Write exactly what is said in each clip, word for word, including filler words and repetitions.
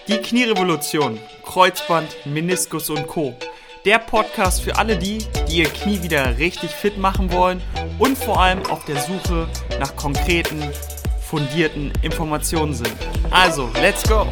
Die Knierevolution, Kreuzband, Meniskus und Co. Der Podcast für alle die, die ihr Knie wieder richtig fit machen wollen und vor allem auf der Suche nach konkreten, fundierten Informationen sind. Also, let's go!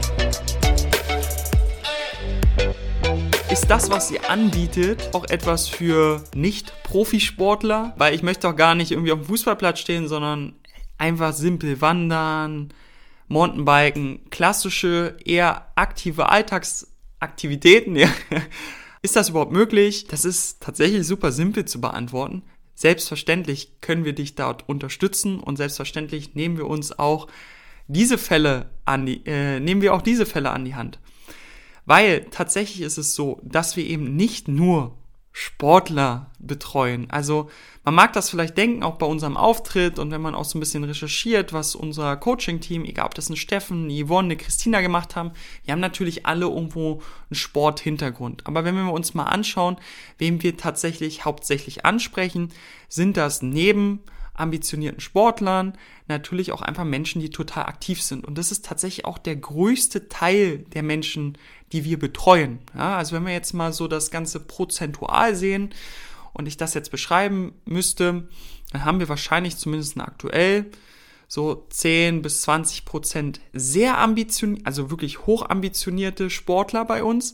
Ist das, was ihr anbietet, auch etwas für Nicht-Profisportler? Weil ich möchte auch gar nicht irgendwie auf dem Fußballplatz stehen, sondern einfach simpel wandern, Mountainbiken, klassische, eher aktive Alltagsaktivitäten. Ja. Ist das überhaupt möglich? Das ist tatsächlich super simpel zu beantworten. Selbstverständlich können wir dich dort unterstützen und selbstverständlich nehmen wir uns auch diese Fälle an die, äh, nehmen wir auch diese Fälle an die Hand. Weil tatsächlich ist es so, dass wir eben nicht nur Sportler betreuen. Also man mag das vielleicht denken, auch bei unserem Auftritt und wenn man auch so ein bisschen recherchiert, was unser Coaching-Team, egal ob das ein Steffen, eine Yvonne, eine Christina gemacht haben, die haben natürlich alle irgendwo einen Sporthintergrund. Aber wenn wir uns mal anschauen, wen wir tatsächlich hauptsächlich ansprechen, sind das neben ambitionierten Sportlern natürlich auch einfach Menschen, die total aktiv sind. Und das ist tatsächlich auch der größte Teil der Menschen, die wir betreuen. Ja, also wenn wir jetzt mal so das Ganze prozentual sehen und ich das jetzt beschreiben müsste, dann haben wir wahrscheinlich zumindest aktuell so zehn bis zwanzig Prozent sehr ambitionierte, also wirklich hochambitionierte Sportler bei uns.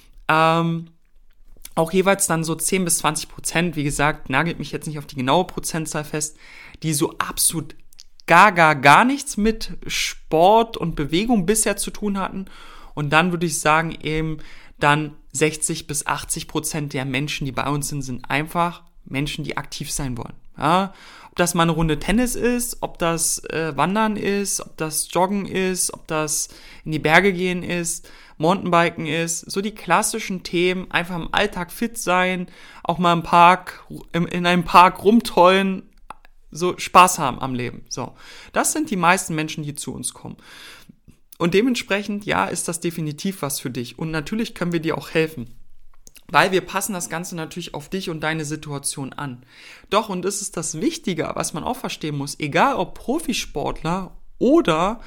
Ähm, auch jeweils dann so zehn bis zwanzig Prozent, wie gesagt, nagelt mich jetzt nicht auf die genaue Prozentzahl fest, die so absolut gar, gar, gar nichts mit Sport und Bewegung bisher zu tun hatten. Und dann würde ich sagen, eben dann sechzig bis achtzig Prozent der Menschen, die bei uns sind, sind einfach Menschen, die aktiv sein wollen. Ja, ob das mal eine Runde Tennis ist, ob das äh, Wandern ist, ob das Joggen ist, ob das in die Berge gehen ist, Mountainbiken ist, so die klassischen Themen, einfach im Alltag fit sein, auch mal im Park, im, in einem Park rumtollen, so Spaß haben am Leben. So, das sind die meisten Menschen, die zu uns kommen. Und dementsprechend, ja, ist das definitiv was für dich. Und natürlich können wir dir auch helfen. Weil wir passen das Ganze natürlich auf dich und deine Situation an. Doch, und das ist das Wichtige, was man auch verstehen muss, egal ob Profisportler oder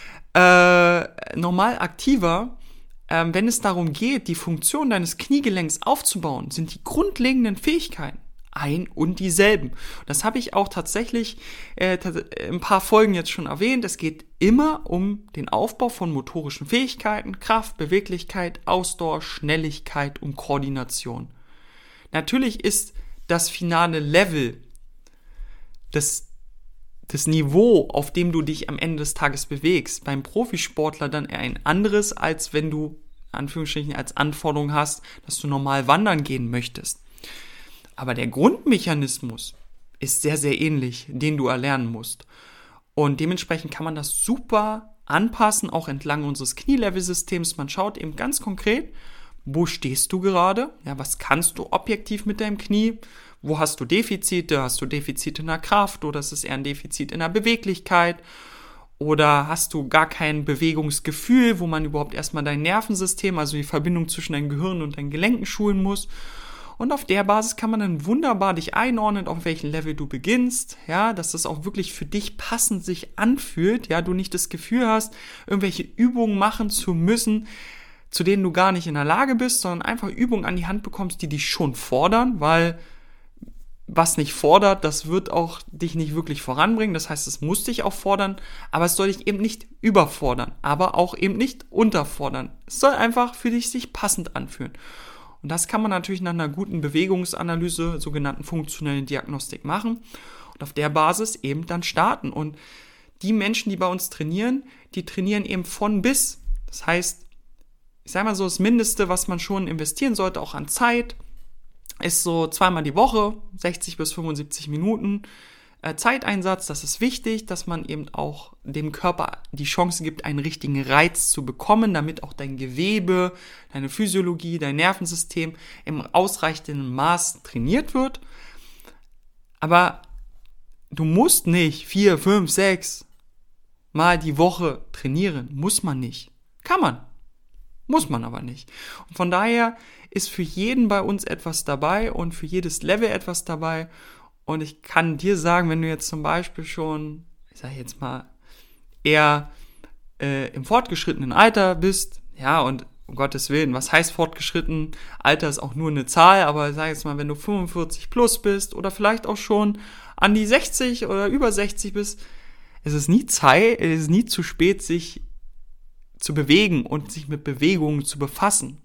äh, normal aktiver, äh, wenn es darum geht, die Funktion deines Kniegelenks aufzubauen, sind die grundlegenden Fähigkeiten ein und dieselben. Das habe ich auch tatsächlich äh, ein paar Folgen jetzt schon erwähnt. Es geht immer um den Aufbau von motorischen Fähigkeiten, Kraft, Beweglichkeit, Ausdauer, Schnelligkeit und Koordination. Natürlich ist das finale Level, das, das Niveau, auf dem du dich am Ende des Tages bewegst, beim Profisportler dann eher ein anderes, als wenn du, in Anführungsstrichen, als Anforderung hast, dass du normal wandern gehen möchtest. Aber der Grundmechanismus ist sehr, sehr ähnlich, den du erlernen musst. Und dementsprechend kann man das super anpassen, auch entlang unseres Knielevel-Systems. Man schaut eben ganz konkret, wo stehst du gerade? Ja, was kannst du objektiv mit deinem Knie? Wo hast du Defizite? Hast du Defizite in der Kraft oder ist es eher ein Defizit in der Beweglichkeit? Oder hast du gar kein Bewegungsgefühl, wo man überhaupt erstmal dein Nervensystem, also die Verbindung zwischen deinem Gehirn und deinen Gelenken schulen muss? Und auf der Basis kann man dann wunderbar dich einordnen, auf welchem Level du beginnst, ja, dass das auch wirklich für dich passend sich anfühlt, ja, du nicht das Gefühl hast, irgendwelche Übungen machen zu müssen, zu denen du gar nicht in der Lage bist, sondern einfach Übungen an die Hand bekommst, die dich schon fordern, weil was nicht fordert, das wird auch dich nicht wirklich voranbringen, das heißt, es muss dich auch fordern, aber es soll dich eben nicht überfordern, aber auch eben nicht unterfordern. Es soll einfach für dich sich passend anfühlen. Und das kann man natürlich nach einer guten Bewegungsanalyse, sogenannten funktionellen Diagnostik machen und auf der Basis eben dann starten. Und die Menschen, die bei uns trainieren, die trainieren eben von bis. Das heißt, ich sage mal so, das Mindeste, was man schon investieren sollte, auch an Zeit, ist so zweimal die Woche, sechzig bis fünfundsiebzig Minuten äh, Zeiteinsatz. Das ist wichtig, dass man eben auch dem Körper die Chance gibt, einen richtigen Reiz zu bekommen, damit auch dein Gewebe, deine Physiologie, dein Nervensystem im ausreichenden Maß trainiert wird. Aber du musst nicht vier, fünf, sechs Mal die Woche trainieren. Muss man nicht. Kann man. Muss man aber nicht. Und von daher ist für jeden bei uns etwas dabei und für jedes Level etwas dabei. Und ich kann dir sagen, wenn du jetzt zum Beispiel schon, ich sage jetzt mal, eher äh, im fortgeschrittenen Alter bist, ja, und um Gottes Willen, was heißt fortgeschritten? Alter ist auch nur eine Zahl, aber sag jetzt mal, wenn du fünfundvierzig plus bist oder vielleicht auch schon an die sechzig oder über sechzig bist, es ist nie Zeit, es ist nie zu spät, sich zu bewegen und sich mit Bewegungen zu befassen.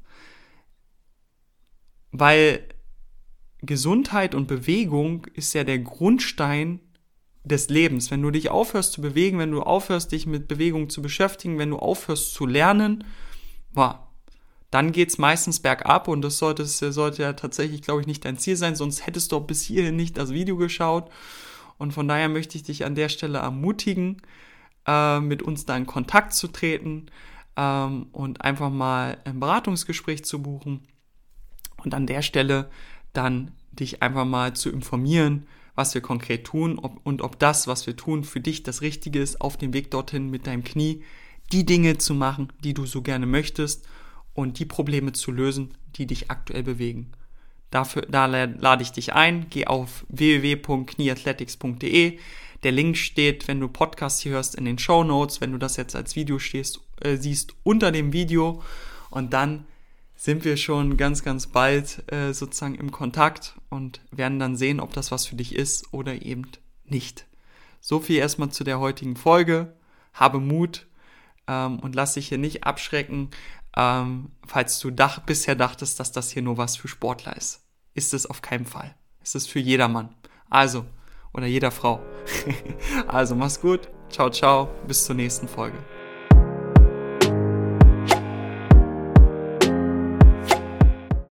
Weil Gesundheit und Bewegung ist ja der Grundstein des Lebens. Wenn du dich aufhörst zu bewegen, wenn du aufhörst, dich mit Bewegung zu beschäftigen, wenn du aufhörst zu lernen, boah, dann geht's meistens bergab und das sollte, das sollte ja tatsächlich, glaube ich, nicht dein Ziel sein, sonst hättest du auch bis hierhin nicht das Video geschaut. Und von daher möchte ich dich an der Stelle ermutigen, äh, mit uns da in Kontakt zu treten ähm, und einfach mal ein Beratungsgespräch zu buchen und an der Stelle dann dich einfach mal zu informieren, was wir konkret tun ob, und ob das, was wir tun, für dich das Richtige ist, auf dem Weg dorthin mit deinem Knie die Dinge zu machen, die du so gerne möchtest und die Probleme zu lösen, die dich aktuell bewegen. Dafür, da lade ich dich ein, geh auf w w w punkt knieathletics punkt d e. Der Link steht, wenn du Podcast hier hörst, in den Shownotes, wenn du das jetzt als Video stehst, äh, siehst, unter dem Video. Und dann sind wir schon ganz, ganz bald äh, sozusagen im Kontakt und werden dann sehen, ob das was für dich ist oder eben nicht. So viel erstmal zu der heutigen Folge. Habe Mut ähm, und lass dich hier nicht abschrecken, ähm, falls du dach, bisher dachtest, dass das hier nur was für Sportler ist. Ist es auf keinen Fall. Es ist für jedermann. Also, oder jeder Frau. Also, mach's gut. Ciao, ciao. Bis zur nächsten Folge.